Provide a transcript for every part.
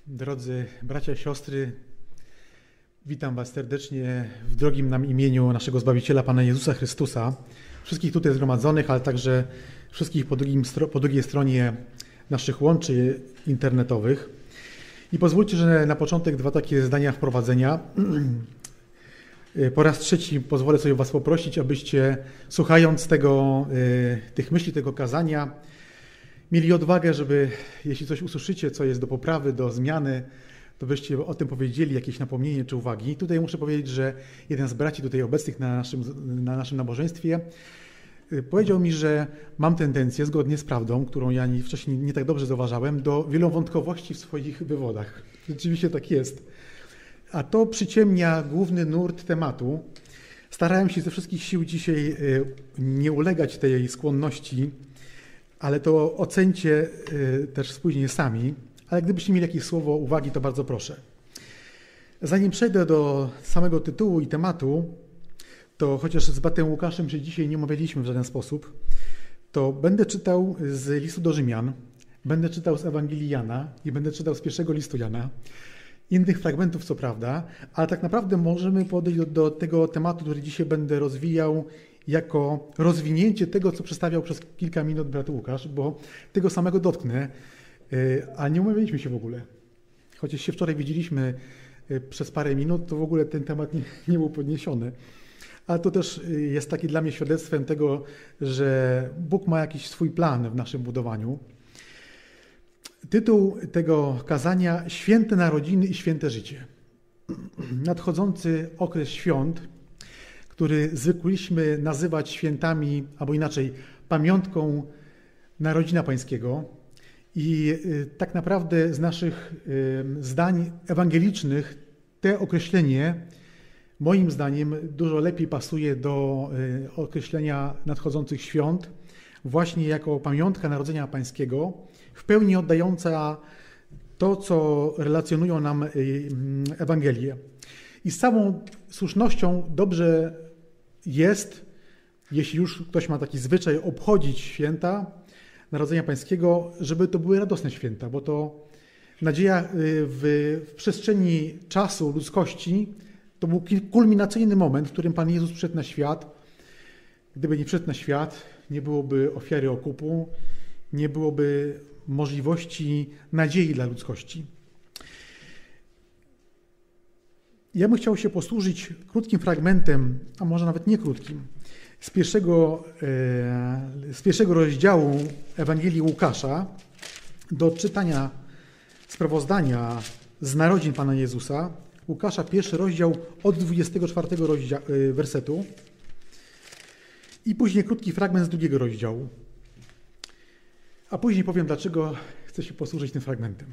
Drodzy bracia i siostry, witam Was serdecznie w drogim nam imieniu naszego Zbawiciela, Pana Jezusa Chrystusa. Wszystkich tutaj zgromadzonych, ale także wszystkich po drugiej stronie naszych łączy internetowych. I pozwólcie, że na początek dwa takie zdania wprowadzenia. Po raz trzeci pozwolę sobie Was poprosić, abyście słuchając tych myśli, tego kazania, mieli odwagę, żeby jeśli coś usłyszycie, co jest do poprawy, do zmiany, to byście o tym powiedzieli, jakieś napomnienie czy uwagi. Tutaj muszę powiedzieć, że jeden z braci tutaj obecnych na naszym nabożeństwie powiedział mi, że mam tendencję, zgodnie z prawdą, którą ja wcześniej nie tak dobrze zauważałem, do wielowątkowości w swoich wywodach. Rzeczywiście tak jest. A to przyciemnia główny nurt tematu. Starałem się ze wszystkich sił dzisiaj nie ulegać tej skłonności, ale to ocencie też później sami. Ale gdybyście mieli jakieś słowo uwagi, to bardzo proszę. Zanim przejdę do samego tytułu i tematu, to chociaż z bratem Łukaszem się dzisiaj nie umawialiśmy w żaden sposób, to będę czytał z listu do Rzymian, będę czytał z Ewangelii Jana i będę czytał z pierwszego listu Jana. Innych fragmentów, co prawda, ale tak naprawdę możemy podejść do tego tematu, który dzisiaj będę rozwijał, jako rozwinięcie tego, co przedstawiał przez kilka minut brat Łukasz, bo tego samego dotknę, a nie umawialiśmy się w ogóle. Chociaż się wczoraj widzieliśmy przez parę minut, to w ogóle ten temat nie był podniesiony. Ale to też jest taki dla mnie świadectwem tego, że Bóg ma jakiś swój plan w naszym budowaniu. Tytuł tego kazania: Święte Narodziny i Święte Życie. Nadchodzący okres świąt, który zwykliśmy nazywać świętami, albo inaczej, pamiątką Narodzina Pańskiego. I tak naprawdę z naszych zdań ewangelicznych te określenie, moim zdaniem, dużo lepiej pasuje do określenia nadchodzących świąt, właśnie jako pamiątka Narodzenia Pańskiego, w pełni oddająca to, co relacjonują nam Ewangelie. I z całą słusznością dobrze jest, jeśli już ktoś ma taki zwyczaj obchodzić święta Narodzenia Pańskiego, żeby to były radosne święta, bo to nadzieja w przestrzeni czasu ludzkości to był kulminacyjny moment, w którym Pan Jezus przyszedł na świat. Gdyby nie przyszedł na świat, nie byłoby ofiary okupu, nie byłoby możliwości nadziei dla ludzkości. Ja bym chciał się posłużyć krótkim fragmentem, a może nawet nie krótkim, z pierwszego rozdziału Ewangelii Łukasza do czytania sprawozdania z narodzin Pana Jezusa. Łukasza, pierwszy rozdział od 24 wersetu i później krótki fragment z drugiego rozdziału. A później powiem, dlaczego chcę się posłużyć tym fragmentem.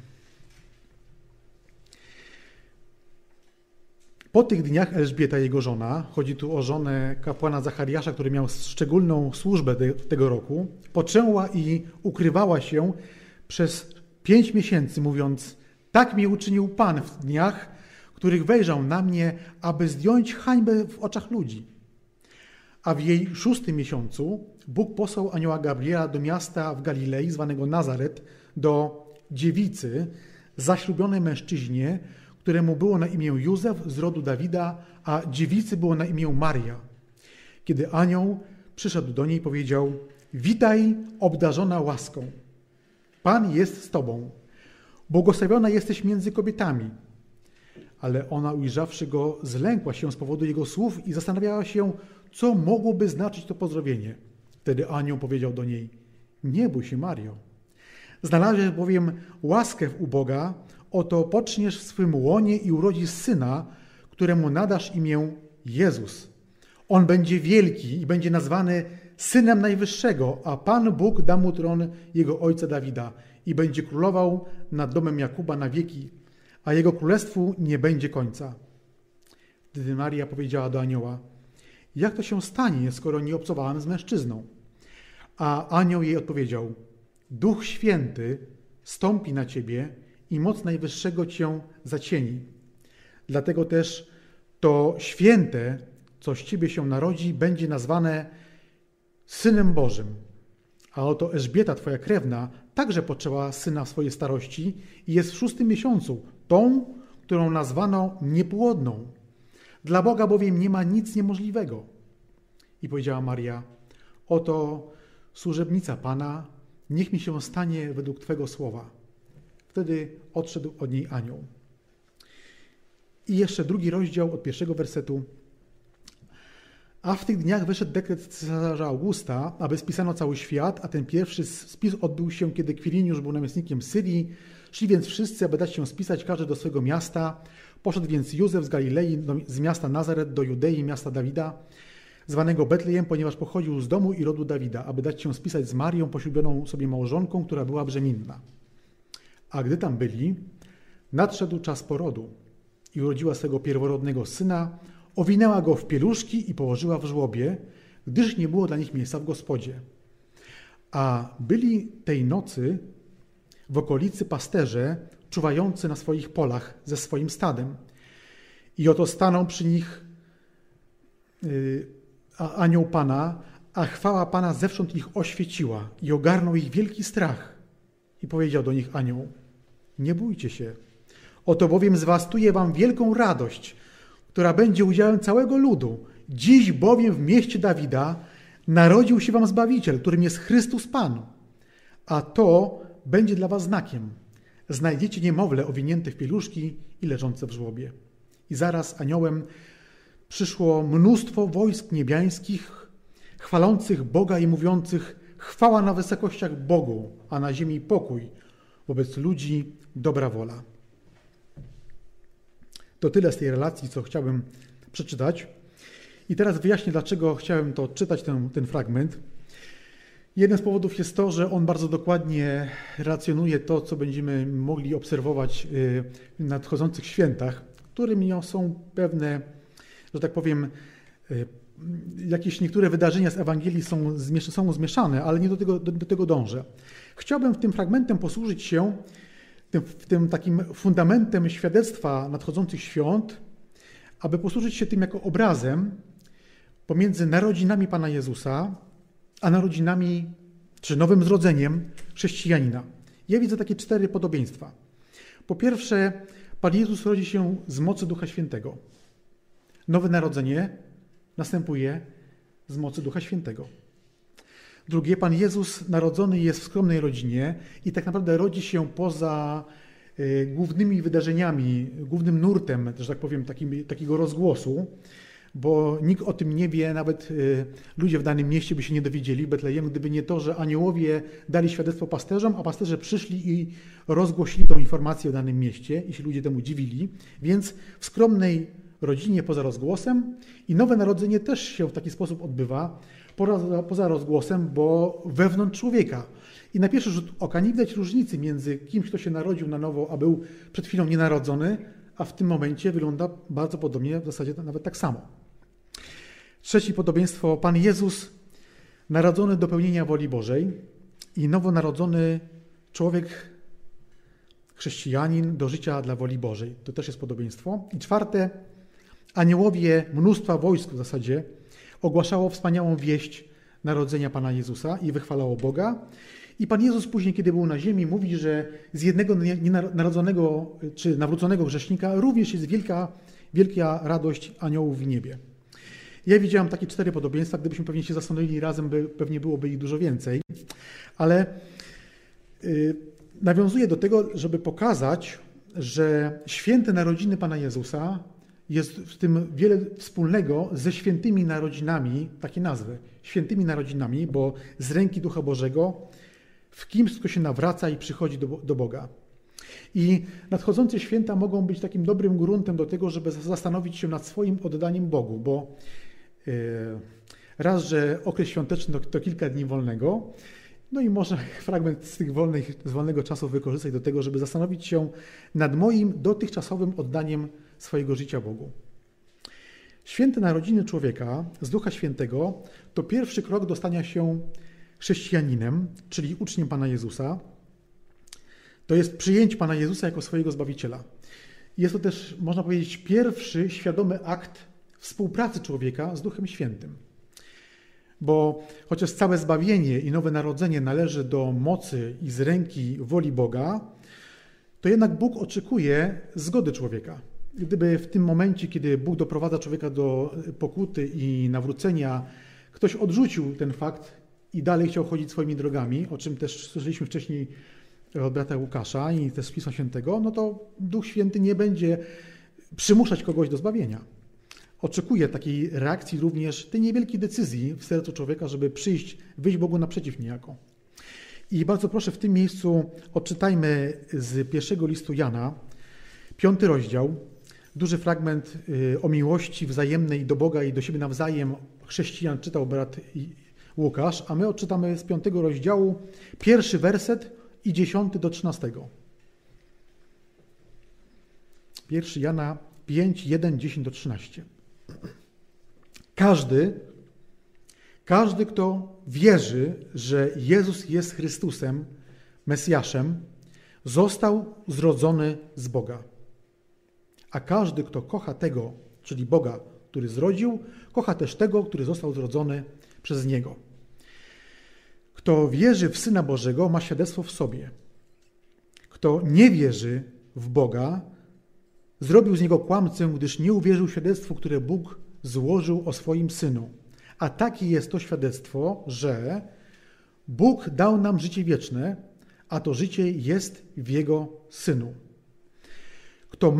Po tych dniach Elżbieta, jego żona, chodzi tu o żonę kapłana Zachariasza, który miał szczególną służbę tego roku, poczęła i ukrywała się przez 5 miesięcy, mówiąc: tak mi uczynił Pan w dniach, w których wejrzał na mnie, aby zdjąć hańbę w oczach ludzi. A w jej 6. miesiącu Bóg posłał anioła Gabriela do miasta w Galilei, zwanego Nazaret, do dziewicy, zaślubionej mężczyźnie, któremu było na imię Józef z rodu Dawida, a dziewicy było na imię Maria. Kiedy anioł przyszedł do niej, powiedział: witaj, obdarzona łaską. Pan jest z tobą. Błogosławiona jesteś między kobietami. Ale ona, ujrzawszy go, zlękła się z powodu jego słów i zastanawiała się, co mogłoby znaczyć to pozdrowienie. Wtedy anioł powiedział do niej: nie bój się, Mario. Znalazłeś bowiem łaskę u Boga, oto poczniesz w swym łonie i urodzisz syna, któremu nadasz imię Jezus. On będzie wielki i będzie nazwany Synem Najwyższego, a Pan Bóg da mu tron jego ojca Dawida i będzie królował nad domem Jakuba na wieki, a jego królestwu nie będzie końca. Wtedy Maria powiedziała do anioła: jak to się stanie, skoro nie obcowałam z mężczyzną? A anioł jej odpowiedział: Duch Święty stąpi na ciebie i moc Najwyższego cię zacieni. Dlatego też to święte, co z ciebie się narodzi, będzie nazwane Synem Bożym. A oto Elżbieta, twoja krewna, także poczęła syna w swojej starości i jest w 6. miesiącu, tą, którą nazwano niepłodną. Dla Boga bowiem nie ma nic niemożliwego. I powiedziała Maria, oto służebnica Pana, niech mi się stanie według Twego słowa. Wtedy odszedł od niej anioł. I jeszcze 2 rozdział od 1 wersetu. A w tych dniach wyszedł dekret cesarza Augusta, aby spisano cały świat, a ten pierwszy spis odbył się, kiedy Kwiriniusz był namiestnikiem Syrii. Szli więc wszyscy, aby dać się spisać, każdy do swego miasta. Poszedł więc Józef z Galilei, z miasta Nazaret do Judei, miasta Dawida, zwanego Betlejem, ponieważ pochodził z domu i rodu Dawida, aby dać się spisać z Marią, poślubioną sobie małżonką, która była brzemienna. A gdy tam byli, nadszedł czas porodu i urodziła swego pierworodnego syna, owinęła go w pieluszki i położyła w żłobie, gdyż nie było dla nich miejsca w gospodzie. A byli tej nocy w okolicy pasterze czuwający na swoich polach ze swoim stadem. I oto stanął przy nich anioł Pana, a chwała Pana zewsząd ich oświeciła i ogarnął ich wielki strach. I powiedział do nich anioł, nie bójcie się, oto bowiem zwiastuję wam wielką radość, która będzie udziałem całego ludu. Dziś bowiem w mieście Dawida narodził się wam Zbawiciel, którym jest Chrystus Pan. A to będzie dla was znakiem. Znajdziecie niemowlę owinięte w pieluszki i leżące w żłobie. I zaraz aniołem przyszło mnóstwo wojsk niebiańskich, chwalących Boga i mówiących chwała na wysokościach Bogu, a na ziemi pokój, wobec ludzi dobra wola. To tyle z tej relacji, co chciałbym przeczytać. I teraz wyjaśnię, dlaczego chciałem to czytać, ten fragment. Jeden z powodów jest to, że on bardzo dokładnie relacjonuje to, co będziemy mogli obserwować w nadchodzących świętach, którymi są pewne, że tak powiem, jakieś niektóre wydarzenia z Ewangelii są zmieszane, ale nie do tego dążę. Chciałbym tym fragmentem posłużyć się tym takim fundamentem świadectwa nadchodzących świąt, aby posłużyć się tym jako obrazem pomiędzy narodzinami Pana Jezusa, a narodzinami, czy nowym zrodzeniem chrześcijanina. Ja widzę takie 4 podobieństwa. Po pierwsze, Pan Jezus rodzi się z mocy Ducha Świętego. Nowe narodzenie następuje z mocy Ducha Świętego. Drugie, Pan Jezus narodzony jest w skromnej rodzinie i tak naprawdę rodzi się poza głównymi wydarzeniami, głównym nurtem, że tak powiem, takiego rozgłosu, bo nikt o tym nie wie, nawet ludzie w danym mieście by się nie dowiedzieli, Betlejem, gdyby nie to, że aniołowie dali świadectwo pasterzom, a pasterze przyszli i rozgłosili tą informację o danym mieście i się ludzie temu dziwili. Więc w skromnej rodzinie poza rozgłosem i nowe narodzenie też się w taki sposób odbywa, poza rozgłosem, bo wewnątrz człowieka. I na pierwszy rzut oka nie widać różnicy między kimś, kto się narodził na nowo, a był przed chwilą nienarodzony, a w tym momencie wygląda bardzo podobnie, w zasadzie nawet tak samo. Trzecie podobieństwo, Pan Jezus narodzony do pełnienia woli Bożej i nowonarodzony człowiek, chrześcijanin do życia dla woli Bożej. To też jest podobieństwo. I czwarte, aniołowie mnóstwa wojsk w zasadzie ogłaszało wspaniałą wieść narodzenia Pana Jezusa i wychwalało Boga. I Pan Jezus później, kiedy był na ziemi, mówi, że z jednego narodzonego czy nawróconego grzesznika również jest wielka radość aniołów w niebie. Ja widziałem takie 4 podobieństwa, gdybyśmy pewnie się zastanowili razem, pewnie byłoby ich dużo więcej, ale nawiązuję do tego, żeby pokazać, że święte narodziny Pana Jezusa jest w tym wiele wspólnego ze świętymi narodzinami, takie nazwy, świętymi narodzinami, bo z ręki Ducha Bożego w kimś, kto się nawraca i przychodzi do Boga. I nadchodzące święta mogą być takim dobrym gruntem do tego, żeby zastanowić się nad swoim oddaniem Bogu, bo raz, że okres świąteczny to kilka dni wolnego, no i można fragment z wolnego czasu wykorzystać do tego, żeby zastanowić się nad moim dotychczasowym oddaniem swojego życia Bogu. Święte narodziny człowieka z Ducha Świętego to pierwszy krok do stania się chrześcijaninem, czyli uczniem Pana Jezusa. To jest przyjęcie Pana Jezusa jako swojego Zbawiciela. Jest to też, można powiedzieć, pierwszy świadomy akt współpracy człowieka z Duchem Świętym. Bo chociaż całe zbawienie i nowe narodzenie należy do mocy i z ręki woli Boga, to jednak Bóg oczekuje zgody człowieka. Gdyby w tym momencie, kiedy Bóg doprowadza człowieka do pokuty i nawrócenia, ktoś odrzucił ten fakt i dalej chciał chodzić swoimi drogami, o czym też słyszeliśmy wcześniej od brata Łukasza i też z Pisma Świętego, no to Duch Święty nie będzie przymuszać kogoś do zbawienia. Oczekuje takiej reakcji również tej niewielkiej decyzji w sercu człowieka, żeby wyjść Bogu naprzeciw niejako. I bardzo proszę, w tym miejscu odczytajmy z pierwszego listu Jana, 5 rozdział, duży fragment o miłości wzajemnej do Boga i do siebie nawzajem chrześcijan czytał brat Łukasz, a my odczytamy z 5 rozdziału, 1 werset i 10 do 13. 1 Jana 5, 1, 10 do 13. Każdy, kto wierzy, że Jezus jest Chrystusem, Mesjaszem, został zrodzony z Boga. A każdy, kto kocha tego, czyli Boga, który zrodził, kocha też tego, który został zrodzony przez Niego. Kto wierzy w Syna Bożego, ma świadectwo w sobie. Kto nie wierzy w Boga, zrobił z Niego kłamcę, gdyż nie uwierzył świadectwu, które Bóg złożył o swoim Synu. A takie jest to świadectwo, że Bóg dał nam życie wieczne, a to życie jest w Jego Synu. Kto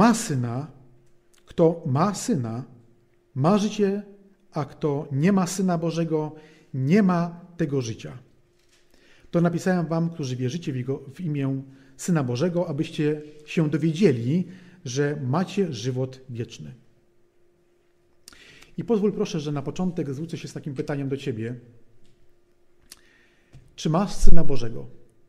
ma Syna, ma życie, a kto nie ma Syna Bożego, nie ma tego życia. To napisałem wam, którzy wierzycie w imię Syna Bożego, abyście się dowiedzieli, że macie żywot wieczny. I pozwól proszę, że na początek zwrócę się z takim pytaniem do ciebie. Czy masz Syna Bożego?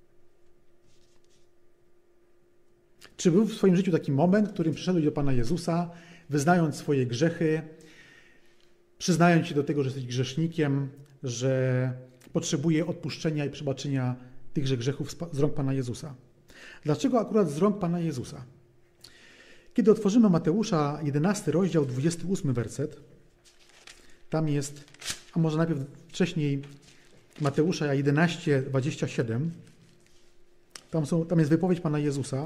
Czy był w swoim życiu taki moment, w którym przyszedłeś do Pana Jezusa, wyznając swoje grzechy, przyznając się do tego, że jesteś grzesznikiem, że potrzebuje odpuszczenia i przebaczenia tychże grzechów z rąk Pana Jezusa? Dlaczego akurat z rąk Pana Jezusa? Kiedy otworzymy Mateusza 11 rozdział, 28 werset, tam jest, a może najpierw wcześniej Mateusza 11, 27, tam jest wypowiedź Pana Jezusa,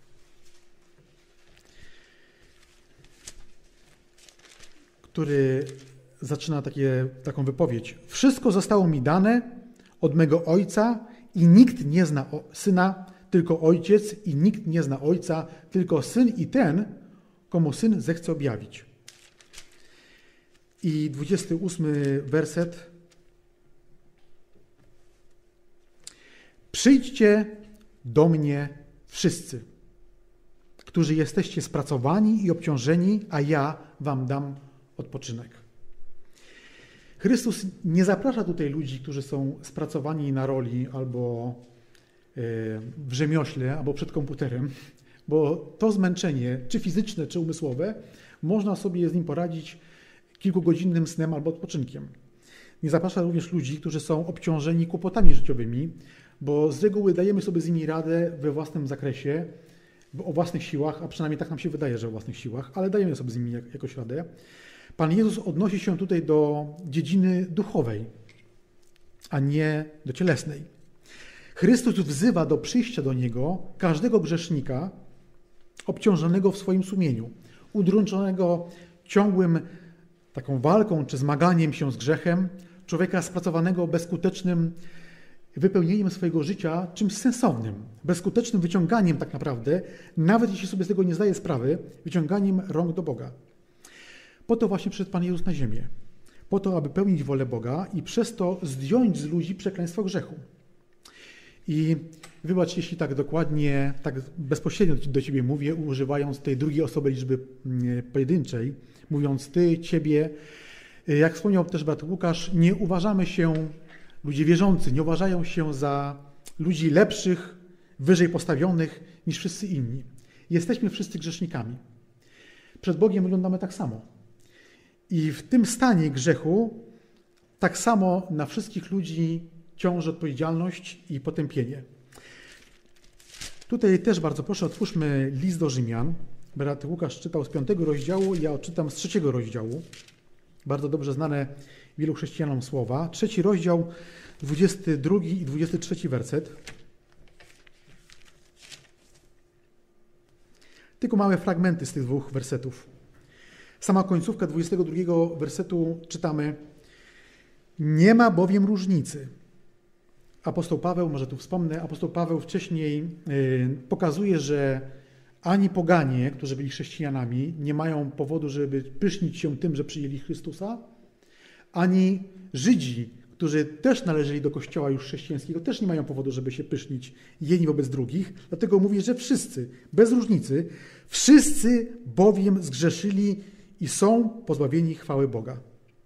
który zaczyna taką wypowiedź. Wszystko zostało mi dane od mego Ojca i nikt nie zna Syna, tylko Ojciec, i nikt nie zna Ojca, tylko Syn i ten, komu Syn zechce objawić. I 28 werset. Przyjdźcie do mnie wszyscy, którzy jesteście spracowani i obciążeni, a ja wam dam odpoczynek. Chrystus nie zaprasza tutaj ludzi, którzy są spracowani na roli albo w rzemiośle, albo przed komputerem, bo to zmęczenie, czy fizyczne, czy umysłowe, można sobie z nim poradzić kilkugodzinnym snem albo odpoczynkiem. Nie zaprasza również ludzi, którzy są obciążeni kłopotami życiowymi, bo z reguły dajemy sobie z nimi radę we własnym zakresie, o własnych siłach, a przynajmniej tak nam się wydaje, że o własnych siłach, ale dajemy sobie z nimi jakoś radę. Pan Jezus odnosi się tutaj do dziedziny duchowej, a nie do cielesnej. Chrystus wzywa do przyjścia do Niego każdego grzesznika obciążonego w swoim sumieniu, udręczonego ciągłym taką walką czy zmaganiem się z grzechem, człowieka spracowanego bezskutecznym wypełnieniem swojego życia czymś sensownym, bezskutecznym wyciąganiem tak naprawdę, nawet jeśli sobie z tego nie zdaje sprawy, wyciąganiem rąk do Boga. Po to właśnie przyszedł Pan Jezus na ziemię. Po to, aby pełnić wolę Boga i przez to zdjąć z ludzi przekleństwo grzechu. I wybacz, jeśli tak dokładnie, tak bezpośrednio do ciebie mówię, używając tej drugiej osoby liczby pojedynczej, mówiąc ty, ciebie. Jak wspomniał też brat Łukasz, nie uważamy się, ludzie wierzący, nie uważają się za ludzi lepszych, wyżej postawionych niż wszyscy inni. Jesteśmy wszyscy grzesznikami. Przed Bogiem wyglądamy tak samo. I w tym stanie grzechu tak samo na wszystkich ludzi ciąży odpowiedzialność i potępienie. Tutaj też bardzo proszę, otwórzmy list do Rzymian. Brat Łukasz czytał z 5 rozdziału, ja odczytam z 3 rozdziału. Bardzo dobrze znane wielu chrześcijanom słowa. 3 rozdział, 22 i 23 werset. Tylko małe fragmenty z tych 2 wersetów. Sama końcówka 22 wersetu czytamy: nie ma bowiem różnicy. Apostoł Paweł, może tu wspomnę, apostoł Paweł wcześniej pokazuje, że ani poganie, którzy byli chrześcijanami, nie mają powodu, żeby pysznić się tym, że przyjęli Chrystusa, ani Żydzi, którzy też należeli do kościoła już chrześcijańskiego, też nie mają powodu, żeby się pysznić jedni wobec drugich. Dlatego mówi, że wszyscy, bez różnicy, wszyscy bowiem zgrzeszyli i są pozbawieni chwały Boga.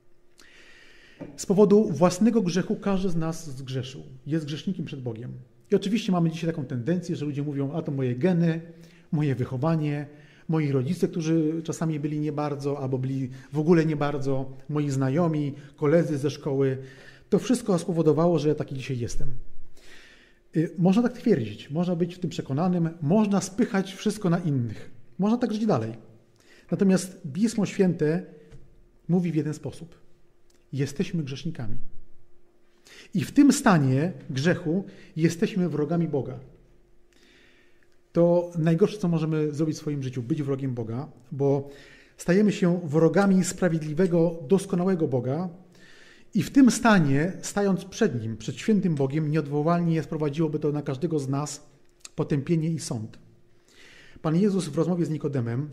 Z powodu własnego grzechu każdy z nas zgrzeszył. Jest grzesznikiem przed Bogiem. I oczywiście mamy dzisiaj taką tendencję, że ludzie mówią, a to moje geny, moje wychowanie, moi rodzice, którzy czasami byli nie bardzo, albo byli w ogóle nie bardzo, moi znajomi, koledzy ze szkoły. To wszystko spowodowało, że ja taki dzisiaj jestem. Można tak twierdzić, można być w tym przekonanym, można spychać wszystko na innych. Można tak żyć dalej. Natomiast Pismo Święte mówi w jeden sposób. Jesteśmy grzesznikami. I w tym stanie grzechu jesteśmy wrogami Boga. To najgorsze, co możemy zrobić w swoim życiu, być wrogiem Boga, bo stajemy się wrogami sprawiedliwego, doskonałego Boga i w tym stanie, stając przed Nim, przed świętym Bogiem, nieodwołalnie sprowadziłoby to na każdego z nas potępienie i sąd. Pan Jezus w rozmowie z Nikodemem,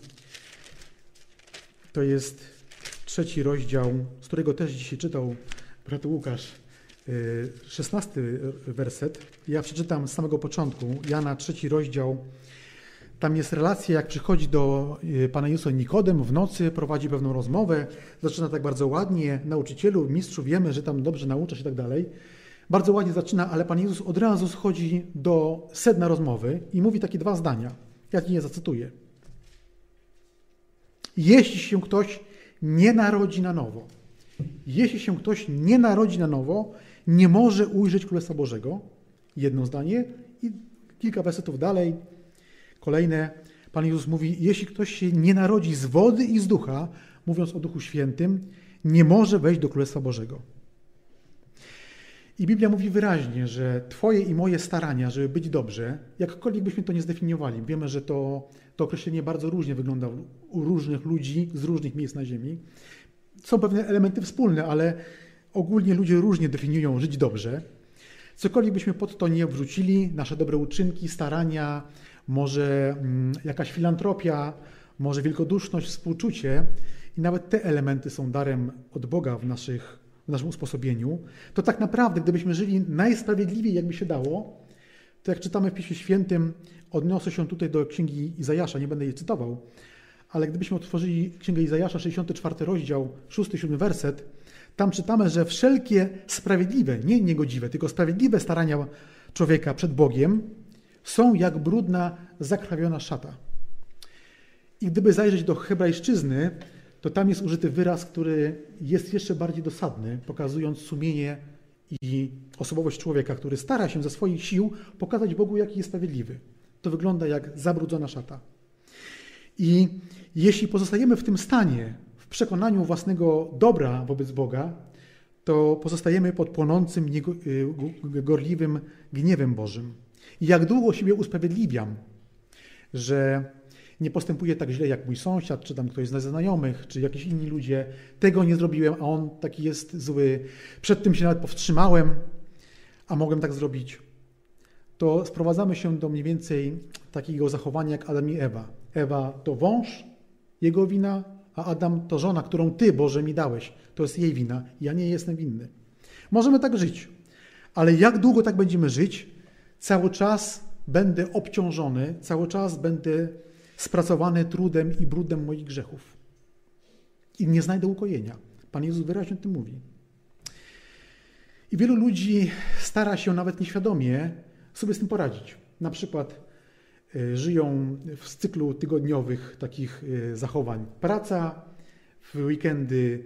to jest 3 rozdział, z którego też dzisiaj czytał brat Łukasz, 16 werset. Ja przeczytam z samego początku, Jana 3 rozdział. Tam jest relacja, jak przychodzi do Pana Jezusa Nikodem w nocy, prowadzi pewną rozmowę, zaczyna tak bardzo ładnie, nauczycielu, mistrzu, wiemy, że tam dobrze nauczasz i tak dalej. Bardzo ładnie zaczyna, ale Pan Jezus od razu schodzi do sedna rozmowy i mówi takie 2 zdania. Ja ci je zacytuję. Jeśli się ktoś nie narodzi na nowo, jeśli się ktoś nie narodzi na nowo, nie może ujrzeć Królestwa Bożego. Jedno zdanie i kilka wersetów dalej. Kolejne. Pan Jezus mówi, jeśli ktoś się nie narodzi z wody i z ducha, mówiąc o Duchu Świętym, nie może wejść do Królestwa Bożego. I Biblia mówi wyraźnie, że Twoje i moje starania, żeby być dobrze, jakkolwiek byśmy to nie zdefiniowali, wiemy, że to określenie bardzo różnie wygląda u różnych ludzi z różnych miejsc na ziemi. Są pewne elementy wspólne, ale ogólnie ludzie różnie definiują żyć dobrze. Cokolwiek byśmy pod to nie wrzucili, nasze dobre uczynki, starania, może jakaś filantropia, może wielkoduszność, współczucie i nawet te elementy są darem od Boga w naszym usposobieniu, to tak naprawdę, gdybyśmy żyli najsprawiedliwiej, jakby się dało, to jak czytamy w Piśmie Świętym, odniosę się tutaj do Księgi Izajasza, nie będę jej cytował, ale gdybyśmy otworzyli Księgę Izajasza, 64 rozdział, 6-7 werset, tam czytamy, że wszelkie sprawiedliwe, nie niegodziwe, tylko sprawiedliwe starania człowieka przed Bogiem są jak brudna, zakrwawiona szata. I gdyby zajrzeć do hebrajszczyzny, to tam jest użyty wyraz, który jest jeszcze bardziej dosadny, pokazując sumienie i osobowość człowieka, który stara się ze swoich sił pokazać Bogu, jaki jest sprawiedliwy. To wygląda jak zabrudzona szata. I jeśli pozostajemy w tym stanie, w przekonaniu własnego dobra wobec Boga, to pozostajemy pod płonącym, gorliwym gniewem Bożym. I jak długo siebie usprawiedliwiam, że nie postępuję tak źle jak mój sąsiad, czy tam ktoś z znajomych, czy jakiś inni ludzie. Tego nie zrobiłem, a on taki jest zły. Przed tym się nawet powstrzymałem, a mogłem tak zrobić. To sprowadzamy się do mniej więcej takiego zachowania jak Adam i Ewa. Ewa to wąż, jego wina, a Adam to żona, którą Ty, Boże, mi dałeś. To jest jej wina. Ja nie jestem winny. Możemy tak żyć, ale jak długo tak będziemy żyć? Cały czas będę obciążony, cały czas będę spracowany trudem i brudem moich grzechów. I nie znajdę ukojenia. Pan Jezus wyraźnie o tym mówi. I wielu ludzi stara się nawet nieświadomie sobie z tym poradzić. Na przykład żyją w cyklu tygodniowych takich zachowań. Praca, w weekendy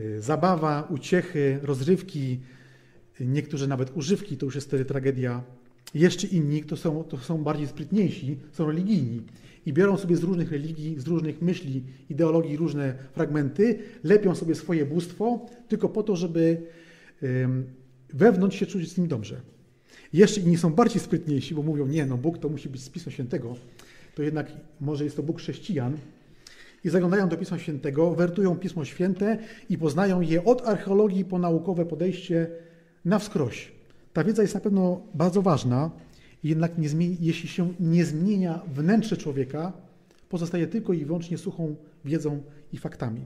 zabawa, uciechy, rozrywki, niektórzy nawet używki, to już jest wtedy tragedia. Jeszcze inni to są bardziej sprytniejsi, są religijni i biorą sobie z różnych religii, z różnych myśli, ideologii różne fragmenty, lepią sobie swoje bóstwo tylko po to, żeby wewnątrz się czuć z nim dobrze. Jeszcze inni są bardziej sprytniejsi, bo mówią, nie, no Bóg to musi być z Pisma Świętego, to jednak może jest to Bóg chrześcijan i zaglądają do Pisma Świętego, wertują Pismo Święte i poznają je od archeologii po naukowe podejście na wskroś. Ta wiedza jest na pewno bardzo ważna, jednak jeśli się nie zmienia wnętrze człowieka, pozostaje tylko i wyłącznie suchą wiedzą i faktami.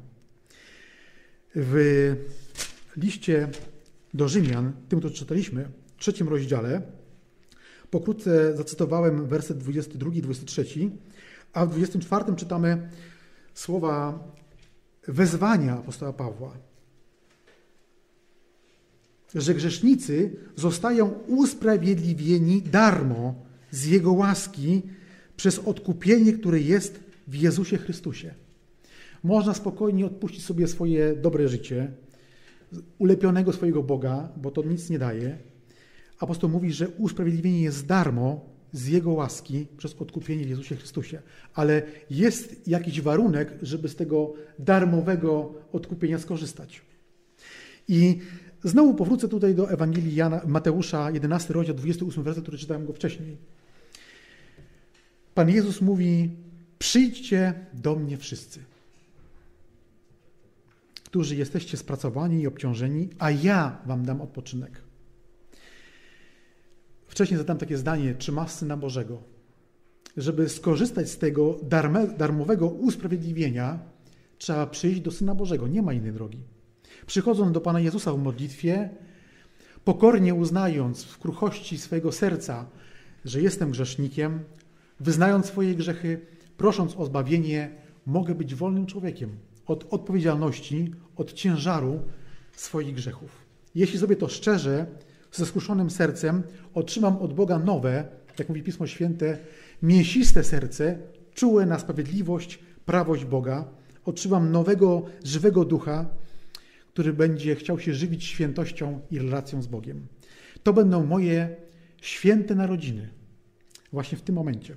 W liście do Rzymian, tym, co czytaliśmy, w 3 rozdziale, pokrótce zacytowałem werset 22-23, a w 24 czytamy słowa wezwania apostoła Pawła, że grzesznicy zostają usprawiedliwieni darmo z Jego łaski przez odkupienie, które jest w Jezusie Chrystusie. Można spokojnie odpuścić sobie swoje dobre życie, ulepionego swojego Boga, bo to nic nie daje. Apostoł mówi, że usprawiedliwienie jest darmo z Jego łaski przez odkupienie w Jezusie Chrystusie. Ale jest jakiś warunek, żeby z tego darmowego odkupienia skorzystać. I znowu powrócę tutaj do Ewangelii Mateusza, 11 rozdział, 28 werset, który czytałem go wcześniej. Pan Jezus mówi, przyjdźcie do mnie wszyscy, którzy jesteście spracowani i obciążeni, a ja wam dam odpoczynek. Wcześniej zadałem takie zdanie, czy masz Syna Bożego? Żeby skorzystać z tego darmowego usprawiedliwienia, trzeba przyjść do Syna Bożego. Nie ma innej drogi. Przychodząc do Pana Jezusa w modlitwie, pokornie uznając w kruchości swojego serca, że jestem grzesznikiem, wyznając swoje grzechy, prosząc o zbawienie, mogę być wolnym człowiekiem od odpowiedzialności, od ciężaru swoich grzechów. Jeśli zrobię to szczerze, ze skruszonym sercem, otrzymam od Boga nowe, jak mówi Pismo Święte, mięsiste serce, czułe na sprawiedliwość, prawość Boga. Otrzymam nowego, żywego ducha, który będzie chciał się żywić świętością i relacją z Bogiem. To będą moje święte narodziny. Właśnie w tym momencie.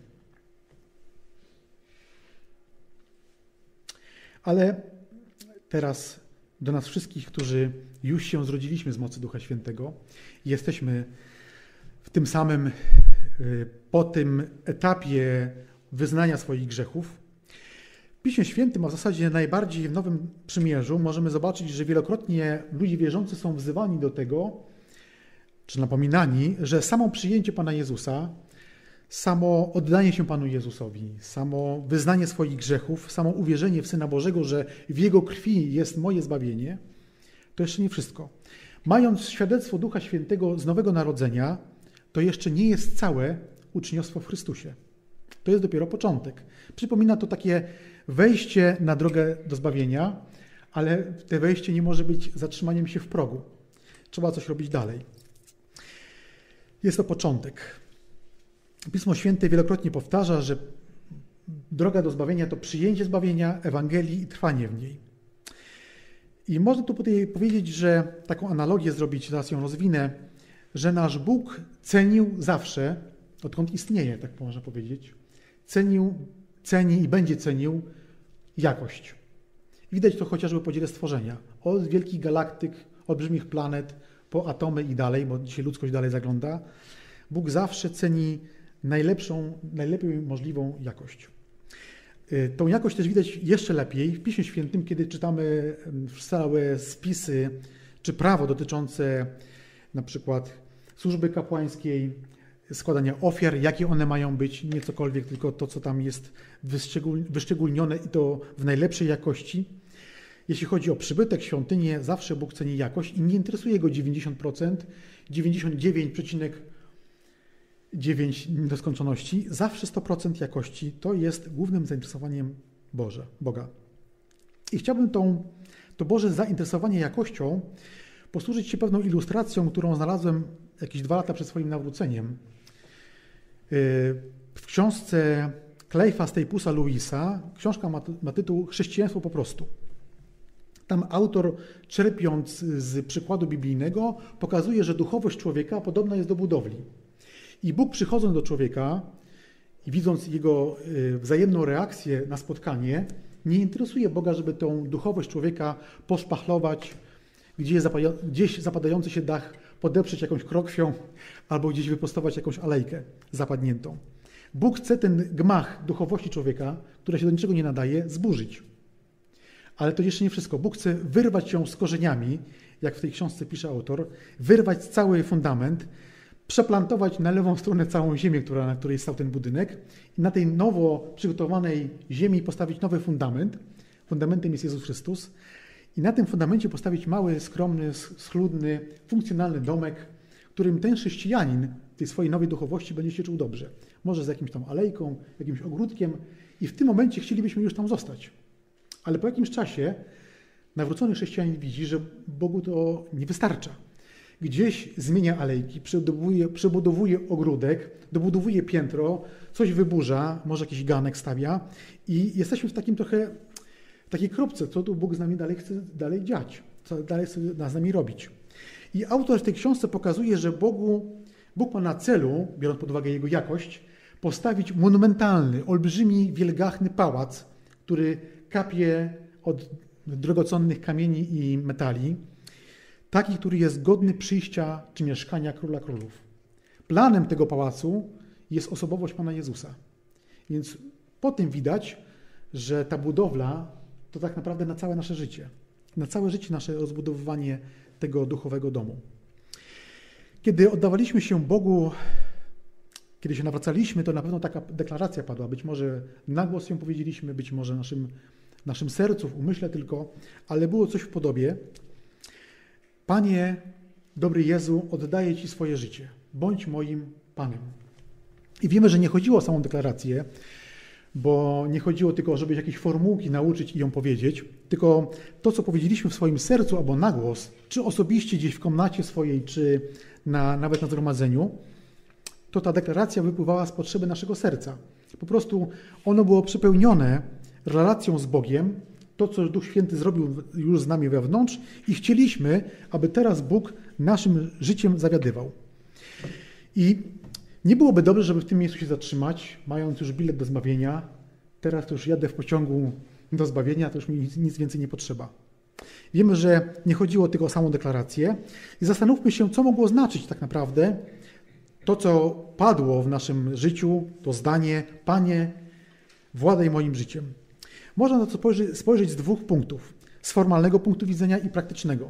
Ale teraz do nas wszystkich, którzy już się zrodziliśmy z mocy Ducha Świętego, jesteśmy w tym samym, po tym etapie wyznania swoich grzechów. W Piśmie Świętym, a w zasadzie najbardziej w Nowym Przymierzu, możemy zobaczyć, że wielokrotnie ludzie wierzący są wzywani do tego, czy napominani, że samo przyjęcie Pana Jezusa, samo oddanie się Panu Jezusowi, samo wyznanie swoich grzechów, samo uwierzenie w Syna Bożego, że w Jego krwi jest moje zbawienie, to jeszcze nie wszystko. Mając świadectwo Ducha Świętego z Nowego Narodzenia, to jeszcze nie jest całe uczniostwo w Chrystusie. To jest dopiero początek. Przypomina to takie wejście na drogę do zbawienia, ale te wejście nie może być zatrzymaniem się w progu. Trzeba coś robić dalej. Jest to początek. Pismo Święte wielokrotnie powtarza, że droga do zbawienia to przyjęcie zbawienia, Ewangelii i trwanie w niej. I można tu powiedzieć, że taką analogię zrobić, teraz ją rozwinę, że nasz Bóg cenił zawsze, odkąd istnieje, tak można powiedzieć, ceni i będzie cenił jakość. Widać to chociażby po dziele stworzenia. Od wielkich galaktyk, olbrzymich planet, po atomy i dalej, bo dzisiaj ludzkość dalej zagląda. Bóg zawsze ceni najlepiej możliwą jakość. Tą jakość też widać jeszcze lepiej w Piśmie Świętym, kiedy czytamy całe spisy czy prawo dotyczące na przykład służby kapłańskiej, składania ofiar, jakie one mają być, nie cokolwiek, tylko to, co tam jest wyszczególnione i to w najlepszej jakości. Jeśli chodzi o przybytek, świątynię, zawsze Bóg ceni jakość i nie interesuje go 90%, 99,9% niedoskończoności, zawsze 100% jakości to jest głównym zainteresowaniem Boga. I chciałbym to Boże zainteresowanie jakością posłużyć się pewną ilustracją, którą znalazłem jakieś 2 lata przed swoim nawróceniem. W książce Klejfa Stapleса Lewisa, książka ma tytuł Chrześcijaństwo po prostu. Tam autor, czerpiąc z przykładu biblijnego, pokazuje, że duchowość człowieka podobna jest do budowli. I Bóg, przychodząc do człowieka i widząc jego wzajemną reakcję na spotkanie, nie interesuje Boga, żeby tą duchowość człowieka poszpachlować, gdzieś zapadający się dach podeprzeć jakąś krokwią albo gdzieś wyprostować jakąś alejkę zapadniętą. Bóg chce ten gmach duchowości człowieka, która się do niczego nie nadaje, zburzyć. Ale to jeszcze nie wszystko. Bóg chce wyrwać ją z korzeniami, jak w tej książce pisze autor, wyrwać cały fundament, przeplantować na lewą stronę całą ziemię, na której stał ten budynek i na tej nowo przygotowanej ziemi postawić nowy fundament. Fundamentem jest Jezus Chrystus. I na tym fundamencie postawić mały, skromny, schludny, funkcjonalny domek, w którym ten chrześcijanin w tej swojej nowej duchowości będzie się czuł dobrze. Może z jakimś tam alejką, jakimś ogródkiem i w tym momencie chcielibyśmy już tam zostać. Ale po jakimś czasie nawrócony chrześcijanin widzi, że Bogu to nie wystarcza. Gdzieś zmienia alejki, przebudowuje ogródek, dobudowuje piętro, coś wyburza, może jakiś ganek stawia i jesteśmy w takim trochę takiej kropce, co tu Bóg z nami chce dalej dziać, co dalej chce z nami robić. I autor w tej książce pokazuje, że Bóg ma na celu, biorąc pod uwagę jego jakość, postawić monumentalny, olbrzymi, wielgachny pałac, który kapie od drogocennych kamieni i metali, taki, który jest godny przyjścia czy mieszkania Króla Królów. Planem tego pałacu jest osobowość Pana Jezusa. Więc po tym widać, że ta budowla to tak naprawdę na całe nasze życie. Na całe życie nasze rozbudowywanie tego duchowego domu. Kiedy oddawaliśmy się Bogu, kiedy się nawracaliśmy, to na pewno taka deklaracja padła. Być może na głos ją powiedzieliśmy, być może w naszym sercu, w umyśle tylko, ale było coś w podobie. Panie, dobry Jezu, oddaję Ci swoje życie. Bądź moim Panem. I wiemy, że nie chodziło o samą deklarację, bo nie chodziło tylko, żeby jakieś formułki nauczyć i ją powiedzieć, tylko to, co powiedzieliśmy w swoim sercu albo na głos, czy osobiście gdzieś w komnacie swojej, czy nawet na zgromadzeniu, to ta deklaracja wypływała z potrzeby naszego serca. Po prostu ono było przepełnione relacją z Bogiem, to, co Duch Święty zrobił już z nami wewnątrz i chcieliśmy, aby teraz Bóg naszym życiem zawiadywał. I nie byłoby dobrze, żeby w tym miejscu się zatrzymać, mając już bilet do zbawienia. Teraz to już jadę w pociągu do zbawienia, to już mi nic więcej nie potrzeba. Wiemy, że nie chodziło tylko o samą deklarację i zastanówmy się, co mogło znaczyć tak naprawdę to, co padło w naszym życiu, to zdanie: Panie, władaj moim życiem. Można na to spojrzeć z dwóch punktów. Z formalnego punktu widzenia i praktycznego.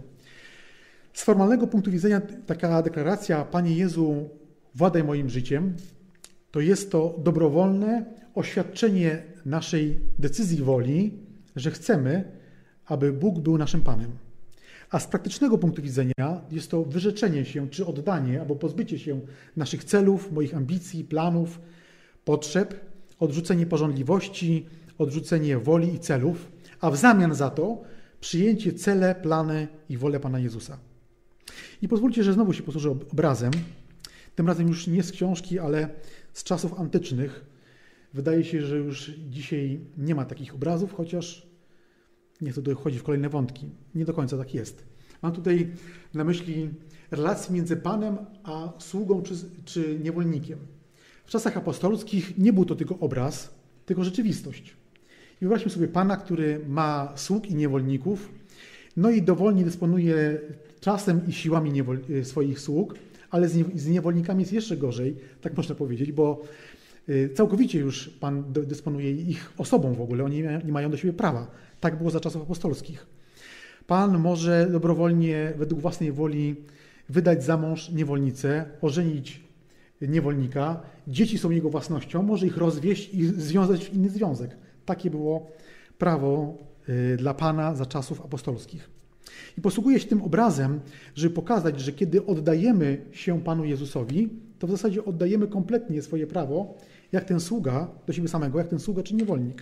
Z formalnego punktu widzenia taka deklaracja: Panie Jezu, władaj moim życiem, to jest to dobrowolne oświadczenie naszej decyzji woli, że chcemy, aby Bóg był naszym Panem. A z praktycznego punktu widzenia jest to wyrzeczenie się, czy oddanie, albo pozbycie się naszych celów, moich ambicji, planów, potrzeb, odrzucenie pożądliwości, odrzucenie woli i celów, a w zamian za to przyjęcie cele, plany i wolę Pana Jezusa. I pozwólcie, że znowu się posłużę obrazem, tym razem już nie z książki, ale z czasów antycznych. Wydaje się, że już dzisiaj nie ma takich obrazów, chociaż nie chcę tutaj wchodzić w kolejne wątki. Nie do końca tak jest. Mam tutaj na myśli relacje między Panem a sługą czy niewolnikiem. W czasach apostolskich nie był to tylko obraz, tylko rzeczywistość. I wyobraźmy sobie Pana, który ma sług i niewolników, no i dowolnie dysponuje czasem i siłami swoich sług, ale z niewolnikami jest jeszcze gorzej, tak można powiedzieć, bo całkowicie już Pan dysponuje ich osobą w ogóle, oni nie mają do siebie prawa. Tak było za czasów apostolskich. Pan może dobrowolnie, według własnej woli, wydać za mąż niewolnicę, ożenić niewolnika, dzieci są jego własnością, może ich rozwieść i związać w inny związek. Takie było prawo dla Pana za czasów apostolskich. I posługuję się tym obrazem, żeby pokazać, że kiedy oddajemy się Panu Jezusowi, to w zasadzie oddajemy kompletnie swoje prawo, jak ten sługa do siebie samego, jak ten sługa czy niewolnik.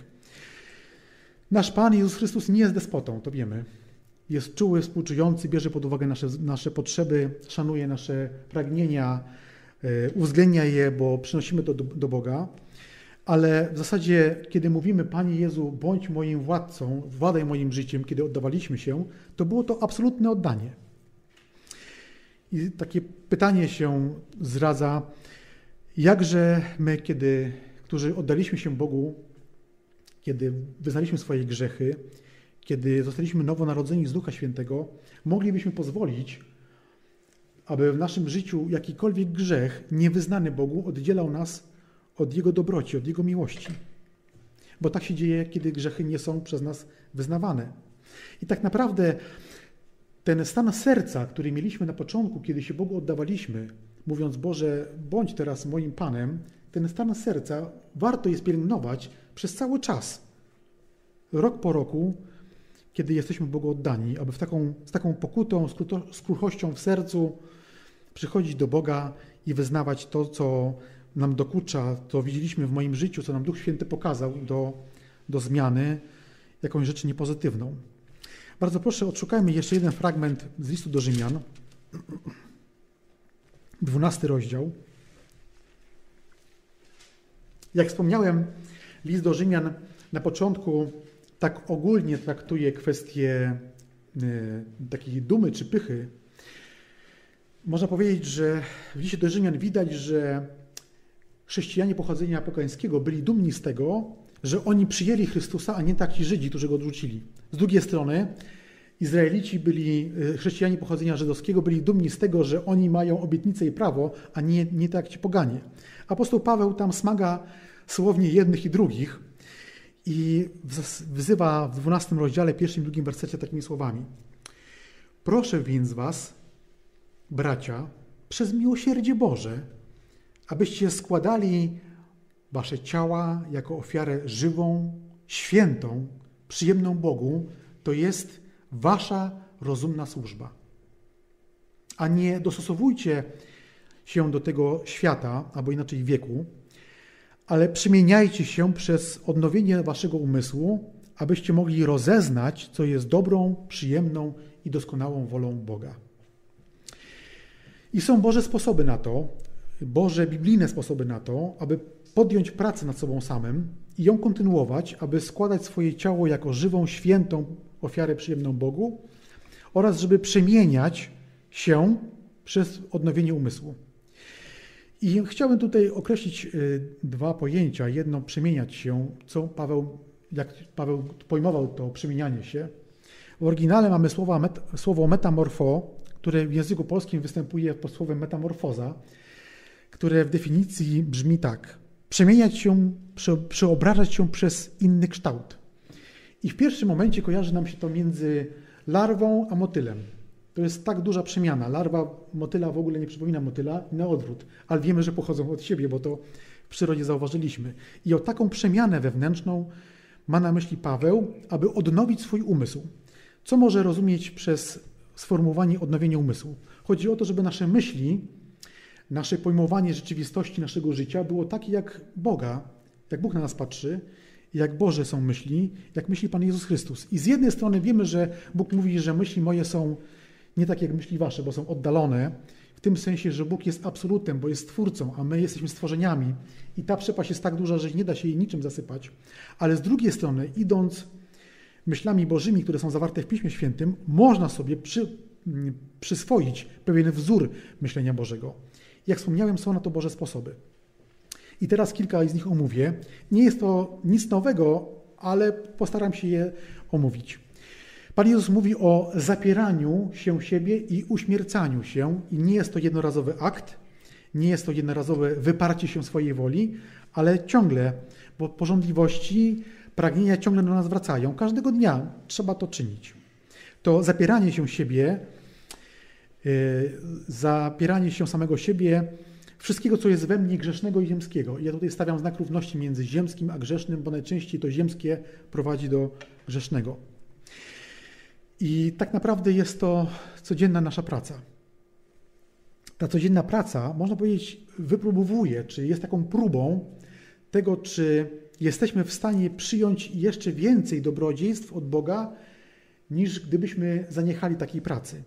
Nasz Pan Jezus Chrystus nie jest despotą, to wiemy. Jest czuły, współczujący, bierze pod uwagę nasze potrzeby, szanuje nasze pragnienia, uwzględnia je, bo przynosimy to do Boga. Ale w zasadzie, kiedy mówimy: Panie Jezu, bądź moim władcą, władaj moim życiem, kiedy oddawaliśmy się, to było to absolutne oddanie. I takie pytanie się zradza, Jakże my, którzy oddaliśmy się Bogu, kiedy wyznaliśmy swoje grzechy, kiedy zostaliśmy nowonarodzeni z Ducha Świętego, moglibyśmy pozwolić, aby w naszym życiu jakikolwiek grzech niewyznany Bogu oddzielał nas od Jego dobroci, od Jego miłości. Bo tak się dzieje, kiedy grzechy nie są przez nas wyznawane. I tak naprawdę ten stan serca, który mieliśmy na początku, kiedy się Bogu oddawaliśmy, mówiąc: Boże, bądź teraz moim Panem, ten stan serca warto jest pielęgnować przez cały czas. Rok po roku, kiedy jesteśmy Bogu oddani, aby z taką pokutą, z kruchością w sercu przychodzić do Boga i wyznawać to, co nam dokucza, co widzieliśmy w moim życiu, co nam Duch Święty pokazał do zmiany, jakąś rzecz niepozytywną. Bardzo proszę, odszukajmy jeszcze jeden fragment z listu do Rzymian, 12 rozdział. Jak wspomniałem, list do Rzymian na początku tak ogólnie traktuje kwestię takiej dumy czy pychy. Można powiedzieć, że w liście do Rzymian widać, że chrześcijanie pochodzenia pogańskiego byli dumni z tego, że oni przyjęli Chrystusa, a nie taki Żydzi, którzy go odrzucili. Z drugiej strony Izraelici chrześcijanie pochodzenia żydowskiego byli dumni z tego, że oni mają obietnicę i prawo, a nie tak jak ci poganie. Apostoł Paweł tam smaga słownie jednych i drugich i wzywa w 12 rozdziale, 1 i 2 wersecie takimi słowami: Proszę więc was, bracia, przez miłosierdzie Boże, abyście składali wasze ciała jako ofiarę żywą, świętą, przyjemną Bogu, to jest wasza rozumna służba. A nie dostosowujcie się do tego świata, albo inaczej wieku, ale przemieniajcie się przez odnowienie waszego umysłu, abyście mogli rozeznać, co jest dobrą, przyjemną i doskonałą wolą Boga. I są Boże sposoby na to, Boże biblijne sposoby na to, aby podjąć pracę nad sobą samym i ją kontynuować, aby składać swoje ciało jako żywą, świętą ofiarę przyjemną Bogu oraz żeby przemieniać się przez odnowienie umysłu. I chciałbym tutaj określić dwa pojęcia. Jedno, przemieniać się, jak Paweł pojmował to przemienianie się. W oryginale mamy słowo metamorfo, które w języku polskim występuje pod słowem metamorfoza, które w definicji brzmi tak: przemieniać się, przeobrażać się przez inny kształt. I w pierwszym momencie kojarzy nam się to między larwą a motylem. To jest tak duża przemiana. Larwa motyla w ogóle nie przypomina motyla i na odwrót, ale wiemy, że pochodzą od siebie, bo to w przyrodzie zauważyliśmy. I o taką przemianę wewnętrzną ma na myśli Paweł, aby odnowić swój umysł. Co może rozumieć przez sformułowanie odnowienie umysłu? Chodzi o to, żeby nasze myśli, nasze pojmowanie rzeczywistości naszego życia było takie jak Boga, jak Bóg na nas patrzy, jak Boże są myśli, jak myśli Pan Jezus Chrystus. I z jednej strony wiemy, że Bóg mówi, że myśli moje są nie takie jak myśli wasze, bo są oddalone, w tym sensie, że Bóg jest absolutem, bo jest Twórcą, a my jesteśmy stworzeniami i ta przepaść jest tak duża, że nie da się jej niczym zasypać. Ale z drugiej strony, idąc myślami Bożymi, które są zawarte w Piśmie Świętym, można sobie przyswoić pewien wzór myślenia Bożego. Jak wspomniałem, są na to Boże sposoby. I teraz kilka z nich omówię. Nie jest to nic nowego, ale postaram się je omówić. Pan Jezus mówi o zapieraniu się siebie i uśmiercaniu się. I nie jest to jednorazowy akt, nie jest to jednorazowe wyparcie się swojej woli, ale ciągle, bo pożądliwości, pragnienia ciągle do nas wracają. Każdego dnia trzeba to czynić. To zapieranie się siebie, zapieranie się samego siebie, wszystkiego, co jest we mnie grzesznego i ziemskiego. I ja tutaj stawiam znak równości między ziemskim a grzesznym, bo najczęściej to ziemskie prowadzi do grzesznego. I tak naprawdę jest to codzienna nasza praca. Ta codzienna praca, można powiedzieć, wypróbowuje, czy jest taką próbą tego, czy jesteśmy w stanie przyjąć jeszcze więcej dobrodziejstw od Boga, niż gdybyśmy zaniechali takiej pracy.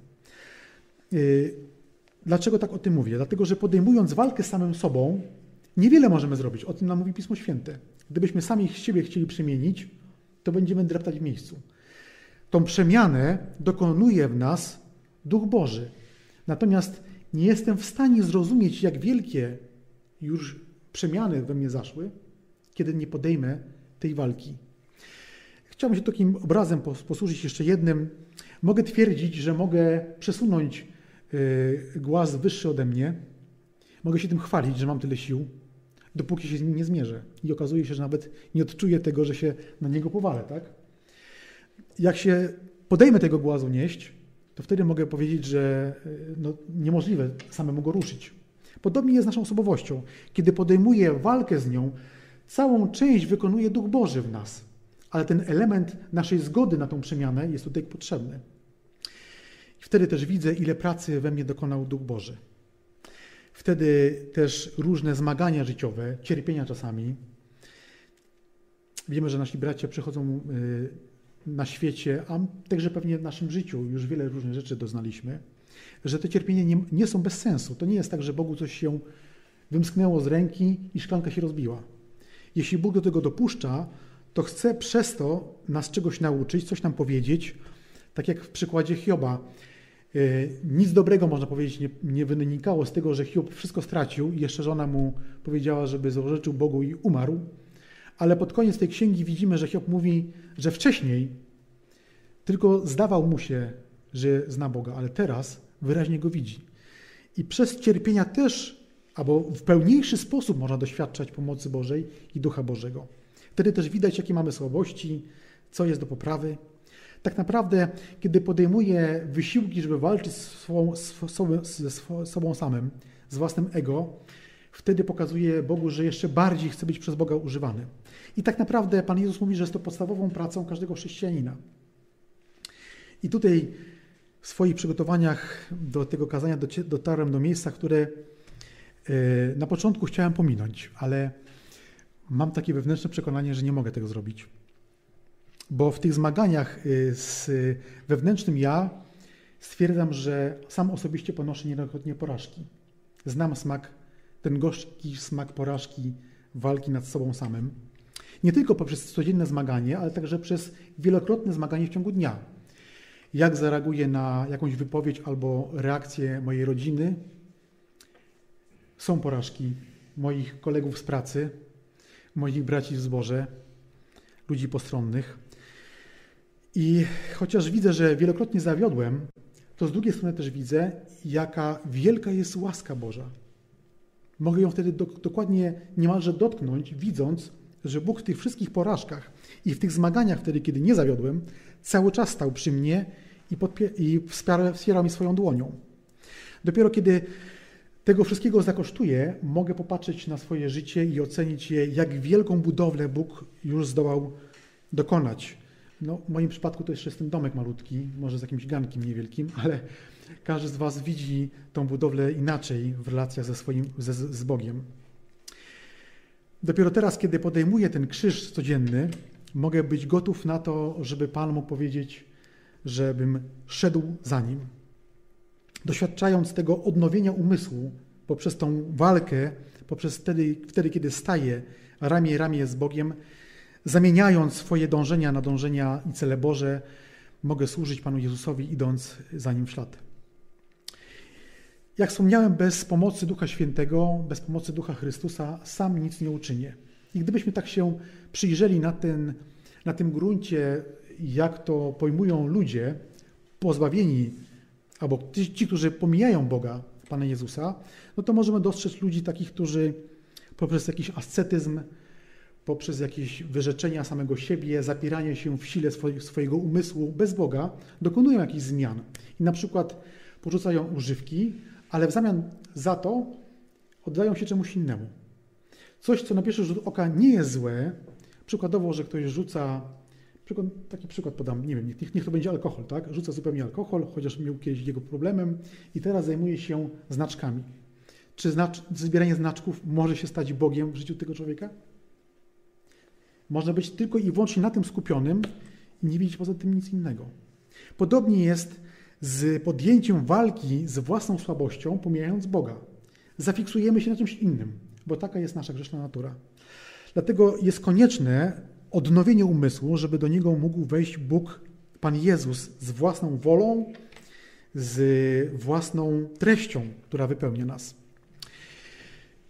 Dlaczego tak o tym mówię? Dlatego, że podejmując walkę z samym sobą, niewiele możemy zrobić. O tym nam mówi Pismo Święte. Gdybyśmy sami siebie chcieli przemienić, to będziemy dreptać w miejscu. Tą przemianę dokonuje w nas Duch Boży. Natomiast nie jestem w stanie zrozumieć, jak wielkie już przemiany we mnie zaszły, kiedy nie podejmę tej walki. Chciałbym się takim obrazem posłużyć jeszcze jednym. Mogę twierdzić, że mogę przesunąć głaz wyższy ode mnie. Mogę się tym chwalić, że mam tyle sił, dopóki się z nim nie zmierzę. I okazuje się, że nawet nie odczuję tego, że się na niego powalę, tak? Jak się podejmę tego głazu nieść, to wtedy mogę powiedzieć, że niemożliwe samemu go ruszyć. Podobnie jest z naszą osobowością. Kiedy podejmuję walkę z nią, całą część wykonuje Duch Boży w nas. Ale ten element naszej zgody na tą przemianę jest tutaj potrzebny. I wtedy też widzę, ile pracy we mnie dokonał Duch Boży. Wtedy też różne zmagania życiowe, cierpienia czasami. Wiemy, że nasi bracia przechodzą na świecie, a także pewnie w naszym życiu już wiele różnych rzeczy doznaliśmy, że te cierpienia nie są bez sensu. To nie jest tak, że Bogu coś się wymsknęło z ręki i szklanka się rozbiła. Jeśli Bóg do tego dopuszcza, to chce przez to nas czegoś nauczyć, coś nam powiedzieć, tak jak w przykładzie Hioba. Nic dobrego, można powiedzieć, nie wynikało z tego, że Hiob wszystko stracił i jeszcze żona mu powiedziała, żeby złorzeczył Bogu i umarł. Ale pod koniec tej księgi widzimy, że Hiob mówi, że wcześniej tylko zdawał mu się, że zna Boga, ale teraz wyraźnie go widzi. I przez cierpienia też, albo w pełniejszy sposób można doświadczać pomocy Bożej i Ducha Bożego. Wtedy też widać, jakie mamy słabości, co jest do poprawy. Tak naprawdę, kiedy podejmuję wysiłki, żeby walczyć ze sobą samym, z własnym ego, wtedy pokazuję Bogu, że jeszcze bardziej chcę być przez Boga używany. I tak naprawdę Pan Jezus mówi, że jest to podstawową pracą każdego chrześcijanina. I tutaj w swoich przygotowaniach do tego kazania dotarłem do miejsca, które na początku chciałem pominąć, ale mam takie wewnętrzne przekonanie, że nie mogę tego zrobić. Bo w tych zmaganiach z wewnętrznym ja stwierdzam, że sam osobiście ponoszę niejednokrotnie porażki. Znam ten gorzki smak porażki, walki nad sobą samym. Nie tylko poprzez codzienne zmaganie, ale także przez wielokrotne zmaganie w ciągu dnia. Jak zareaguję na jakąś wypowiedź albo reakcję mojej rodziny. Są porażki moich kolegów z pracy, moich braci w zborze, ludzi postronnych. I chociaż widzę, że wielokrotnie zawiodłem, to z drugiej strony też widzę, jaka wielka jest łaska Boża. Mogę ją wtedy dokładnie niemalże dotknąć, widząc, że Bóg w tych wszystkich porażkach i w tych zmaganiach wtedy, kiedy nie zawiodłem, cały czas stał przy mnie i wspierał mnie swoją dłonią. Dopiero kiedy tego wszystkiego zakosztuję, mogę popatrzeć na swoje życie i ocenić je, jak wielką budowlę Bóg już zdołał dokonać. W moim przypadku to jeszcze jest ten domek malutki, może z jakimś gankiem niewielkim, ale każdy z Was widzi tą budowlę inaczej w relacjach z Bogiem. Dopiero teraz, kiedy podejmuję ten krzyż codzienny, mogę być gotów na to, żeby Pan mógł powiedzieć, żebym szedł za Nim. Doświadczając tego odnowienia umysłu poprzez tą walkę, poprzez wtedy, kiedy staję ramię z Bogiem, zamieniając swoje dążenia na dążenia i cele Boże, mogę służyć Panu Jezusowi, idąc za Nim w ślad. Jak wspomniałem, bez pomocy Ducha Świętego, bez pomocy Ducha Chrystusa sam nic nie uczynię. I gdybyśmy tak się przyjrzeli na tym gruncie, jak to pojmują ludzie pozbawieni, albo ci, którzy pomijają Boga, Pana Jezusa, to możemy dostrzec ludzi takich, którzy poprzez jakiś ascetyzm, poprzez jakieś wyrzeczenia samego siebie, zapieranie się w sile swojego umysłu bez Boga, dokonują jakichś zmian. I na przykład porzucają używki, ale w zamian za to oddają się czemuś innemu. Coś, co na pierwszy rzut oka nie jest złe, przykładowo, że ktoś rzuca, taki przykład podam, nie wiem, niech to będzie alkohol, tak? Rzuca zupełnie alkohol, chociaż był kiedyś jego problemem i teraz zajmuje się znaczkami. Czy zbieranie znaczków może się stać Bogiem w życiu tego człowieka? Można być tylko i wyłącznie na tym skupionym i nie widzieć poza tym nic innego. Podobnie jest z podjęciem walki z własną słabością, pomijając Boga. Zafiksujemy się na czymś innym, bo taka jest nasza grzeszna natura. Dlatego jest konieczne odnowienie umysłu, żeby do niego mógł wejść Bóg, Pan Jezus, z własną wolą, z własną treścią, która wypełnia nas.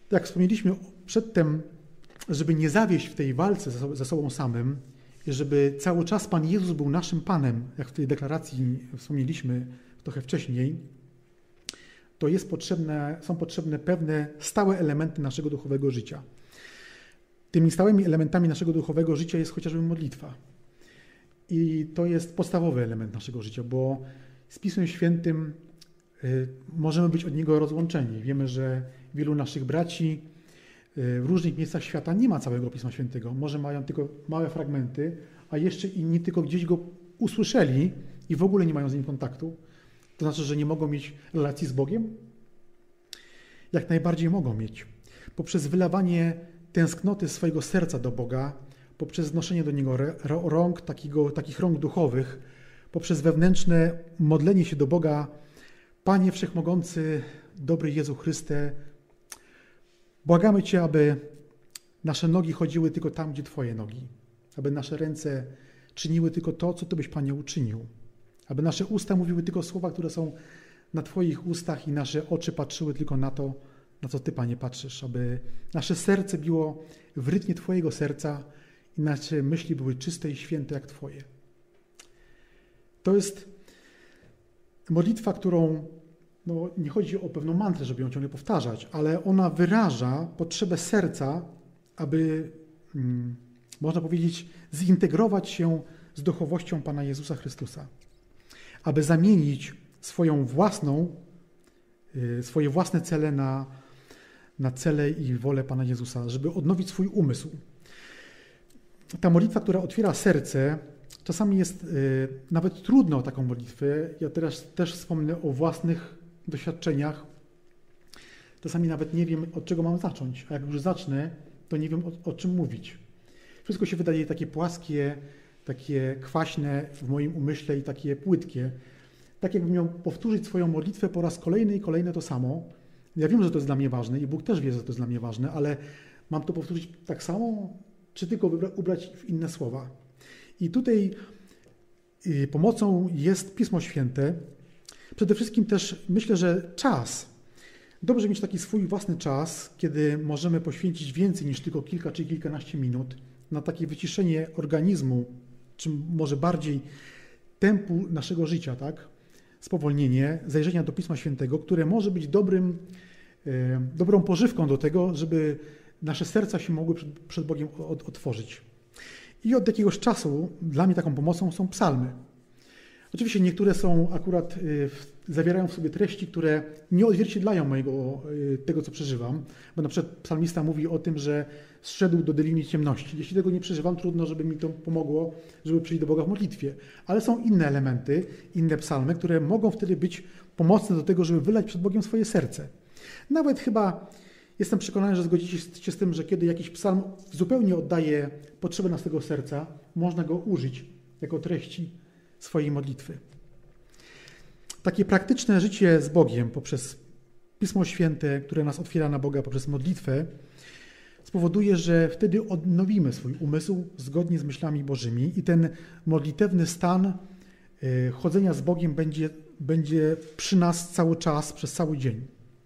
Tak jak wspomnieliśmy przedtem, żeby nie zawieść w tej walce ze sobą samym i żeby cały czas Pan Jezus był naszym Panem, jak w tej deklaracji wspomnieliśmy trochę wcześniej, to są potrzebne pewne stałe elementy naszego duchowego życia. Tymi stałymi elementami naszego duchowego życia jest chociażby modlitwa. I to jest podstawowy element naszego życia, bo z Pismem Świętym możemy być od niego rozłączeni. Wiemy, że wielu naszych braci w różnych miejscach świata nie ma całego Pisma Świętego. Może mają tylko małe fragmenty, a jeszcze inni tylko gdzieś go usłyszeli i w ogóle nie mają z nim kontaktu. To znaczy, że nie mogą mieć relacji z Bogiem? Jak najbardziej mogą mieć. Poprzez wylewanie tęsknoty swojego serca do Boga, poprzez znoszenie do Niego rąk, takich rąk duchowych, poprzez wewnętrzne modlenie się do Boga: Panie Wszechmogący, dobry Jezu Chryste, błagamy Cię, aby nasze nogi chodziły tylko tam, gdzie Twoje nogi, aby nasze ręce czyniły tylko to, co Ty byś, Panie, uczynił, aby nasze usta mówiły tylko słowa, które są na Twoich ustach i nasze oczy patrzyły tylko na to, na co Ty, Panie, patrzysz, aby nasze serce biło w rytmie Twojego serca i nasze myśli były czyste i święte jak Twoje. To jest modlitwa, którą nie chodzi o pewną mantrę, żeby ją ciągle powtarzać, ale ona wyraża potrzebę serca, aby, można powiedzieć, zintegrować się z duchowością Pana Jezusa Chrystusa, aby zamienić swoje własne cele na cele i wolę Pana Jezusa, żeby odnowić swój umysł. Ta modlitwa, która otwiera serce, czasami jest nawet trudno o taką modlitwę. Ja teraz też wspomnę o własnych doświadczeniach. Czasami nawet nie wiem, od czego mam zacząć, a jak już zacznę, to nie wiem, o czym mówić. Wszystko się wydaje takie płaskie, takie kwaśne w moim umyśle i takie płytkie. Tak jakbym miał powtórzyć swoją modlitwę po raz kolejny i kolejny to samo. Ja wiem, że to jest dla mnie ważne i Bóg też wie, że to jest dla mnie ważne, ale mam to powtórzyć tak samo, czy tylko ubrać w inne słowa. I tutaj pomocą jest Pismo Święte. Przede wszystkim też myślę, że czas. Dobrze mieć taki swój własny czas, kiedy możemy poświęcić więcej niż tylko kilka czy kilkanaście minut na takie wyciszenie organizmu, czy może bardziej tempu naszego życia, tak? Spowolnienie, zajrzenia do Pisma Świętego, które może być dobrą pożywką do tego, żeby nasze serca się mogły przed Bogiem otworzyć. I od jakiegoś czasu dla mnie taką pomocą są psalmy. Oczywiście niektóre zawierają w sobie treści, które nie odzwierciedlają tego, co przeżywam, bo na przykład psalmista mówi o tym, że zszedł do doliny ciemności. Jeśli tego nie przeżywam, trudno, żeby mi to pomogło, żeby przyjść do Boga w modlitwie. Ale są inne elementy, inne psalmy, które mogą wtedy być pomocne do tego, żeby wylać przed Bogiem swoje serce. Nawet chyba jestem przekonany, że zgodzicie się z tym, że kiedy jakiś psalm zupełnie oddaje potrzeby naszego serca, można go użyć jako treści swojej modlitwy. Takie praktyczne życie z Bogiem poprzez Pismo Święte, które nas otwiera na Boga poprzez modlitwę, spowoduje, że wtedy odnowimy swój umysł zgodnie z myślami Bożymi i ten modlitewny stan chodzenia z Bogiem będzie przy nas cały czas, przez cały dzień.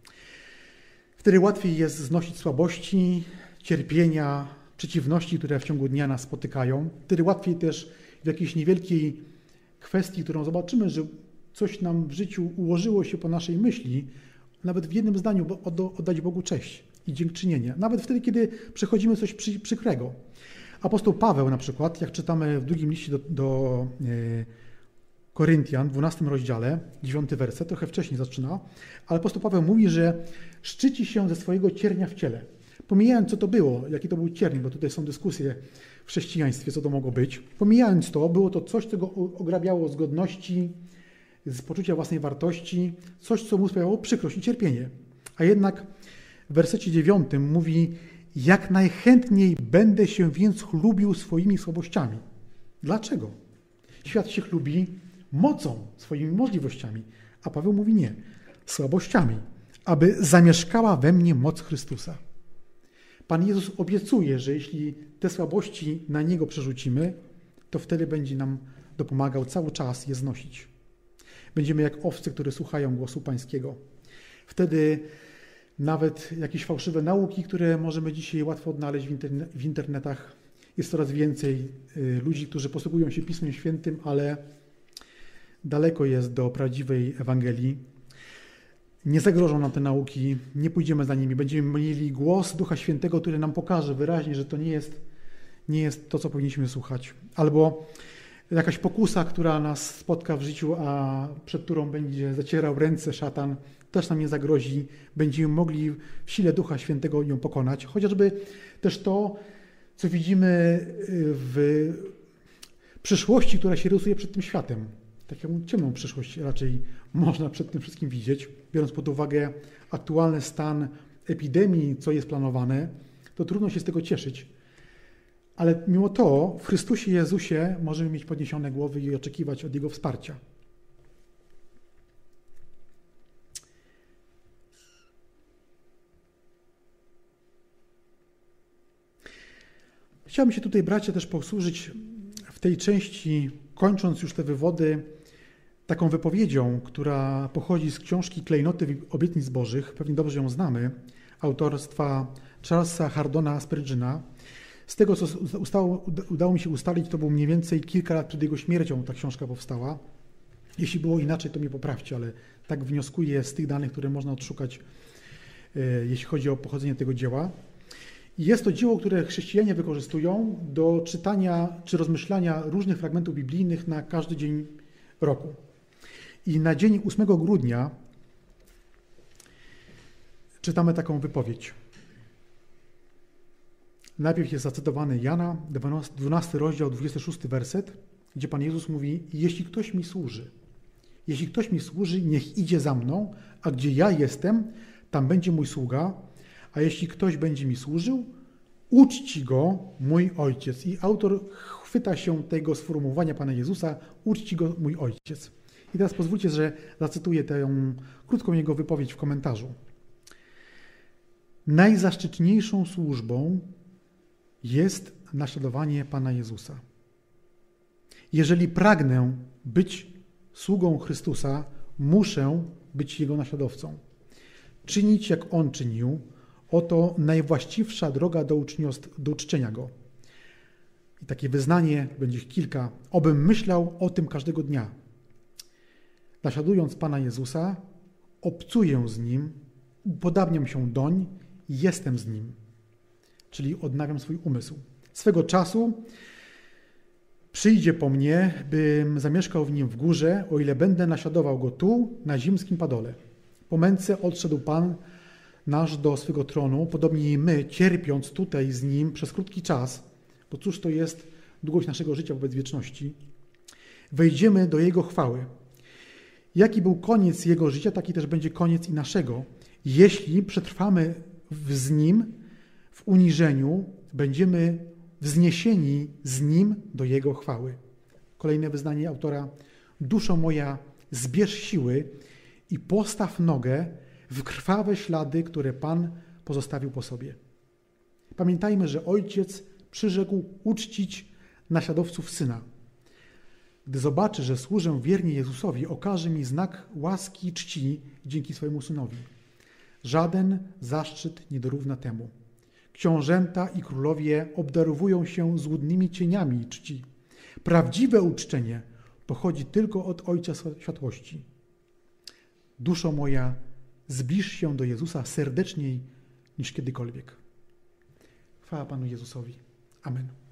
Wtedy łatwiej jest znosić słabości, cierpienia, przeciwności, które w ciągu dnia nas spotykają. Wtedy łatwiej też w jakiejś niewielkiej kwestii, którą zobaczymy, że coś nam w życiu ułożyło się po naszej myśli, nawet w jednym zdaniu oddać Bogu cześć i dziękczynienie. Nawet wtedy, kiedy przechodzimy coś przykrego. Apostoł Paweł na przykład, jak czytamy w drugim liście do Koryntian, 12 rozdziale, 9 werset, trochę wcześniej zaczyna, ale apostoł Paweł mówi, że szczyci się ze swojego ciernia w ciele. Pomijając, co to było, jaki to był cierń, bo tutaj są dyskusje w chrześcijaństwie, co to mogło być. Pomijając to, było to coś, co go ograbiało z godności, z poczucia własnej wartości, coś, co mu sprawiało przykrość i cierpienie. A jednak w wersecie 9 mówi: jak najchętniej będę się więc chlubił swoimi słabościami. Dlaczego? Świat się chlubi mocą, swoimi możliwościami, a Paweł mówi nie, słabościami, aby zamieszkała we mnie moc Chrystusa. Pan Jezus obiecuje, że jeśli te słabości na Niego przerzucimy, to wtedy będzie nam dopomagał cały czas je znosić. Będziemy jak owce, które słuchają głosu Pańskiego. Wtedy nawet jakieś fałszywe nauki, które możemy dzisiaj łatwo odnaleźć w internetach. Jest coraz więcej ludzi, którzy posługują się Pismem Świętym, ale daleko jest do prawdziwej Ewangelii. Nie zagrożą nam te nauki, nie pójdziemy za nimi. Będziemy mieli głos Ducha Świętego, który nam pokaże wyraźnie, że to nie jest to, co powinniśmy słuchać. Albo jakaś pokusa, która nas spotka w życiu, a przed którą będzie zacierał ręce szatan, też nam nie zagrozi. Będziemy mogli w sile Ducha Świętego ją pokonać. Chociażby też to, co widzimy w przyszłości, która się rysuje przed tym światem. Taką ciemną przyszłość raczej można przed tym wszystkim widzieć. Biorąc pod uwagę aktualny stan epidemii, co jest planowane, to trudno się z tego cieszyć. Ale mimo to w Chrystusie Jezusie możemy mieć podniesione głowy i oczekiwać od Jego wsparcia. Chciałbym się tutaj, bracia, też posłużyć w tej części, kończąc już te wywody, taką wypowiedzią, która pochodzi z książki Klejnoty Obietnic Bożych, pewnie dobrze ją znamy, autorstwa Charlesa Hardona Spurgeona. Z tego, co udało mi się ustalić, to było mniej więcej kilka lat przed jego śmiercią ta książka powstała. Jeśli było inaczej, to mnie poprawcie, ale tak wnioskuję z tych danych, które można odszukać, jeśli chodzi o pochodzenie tego dzieła. I jest to dzieło, które chrześcijanie wykorzystują do czytania czy rozmyślania różnych fragmentów biblijnych na każdy dzień roku. I na dzień 8 grudnia czytamy taką wypowiedź. Najpierw jest zacytowany Jana, 12 rozdział, 26 werset, gdzie Pan Jezus mówi: jeśli ktoś mi służy, niech idzie za mną, a gdzie ja jestem, tam będzie mój sługa, a jeśli ktoś będzie mi służył, uczci go mój Ojciec. I autor chwyta się tego sformułowania Pana Jezusa: uczci go mój Ojciec. I teraz pozwólcie, że zacytuję tę krótką jego wypowiedź w komentarzu. Najzaszczytniejszą służbą jest naśladowanie Pana Jezusa. Jeżeli pragnę być sługą Chrystusa, muszę być Jego naśladowcą. Czynić jak On czynił, oto najwłaściwsza droga do uczczenia Go. I takie wyznanie, będzie ich kilka, obym myślał o tym każdego dnia. Naśladując Pana Jezusa, obcuję z Nim, upodabniam się doń i jestem z Nim. Czyli odnawiam swój umysł. Swego czasu przyjdzie po mnie, bym zamieszkał w Nim w górze, o ile będę naśladował Go tu, na ziemskim padole. Po męce odszedł Pan nasz do swego tronu, podobnie i my, cierpiąc tutaj z Nim przez krótki czas, bo cóż to jest długość naszego życia wobec wieczności, wejdziemy do Jego chwały. Jaki był koniec Jego życia, taki też będzie koniec i naszego. Jeśli przetrwamy z Nim w uniżeniu, będziemy wzniesieni z Nim do Jego chwały. Kolejne wyznanie autora. Duszo moja, zbierz siły i postaw nogę w krwawe ślady, które Pan pozostawił po sobie. Pamiętajmy, że Ojciec przyrzekł uczcić naśladowców Syna. Gdy zobaczy, że służę wiernie Jezusowi, okaże mi znak łaski i czci dzięki swojemu Synowi. Żaden zaszczyt nie dorówna temu. Książęta i królowie obdarowują się złudnymi cieniami czci. Prawdziwe uczczenie pochodzi tylko od Ojca Światłości. Duszo moja, zbliż się do Jezusa serdeczniej niż kiedykolwiek. Chwała Panu Jezusowi. Amen.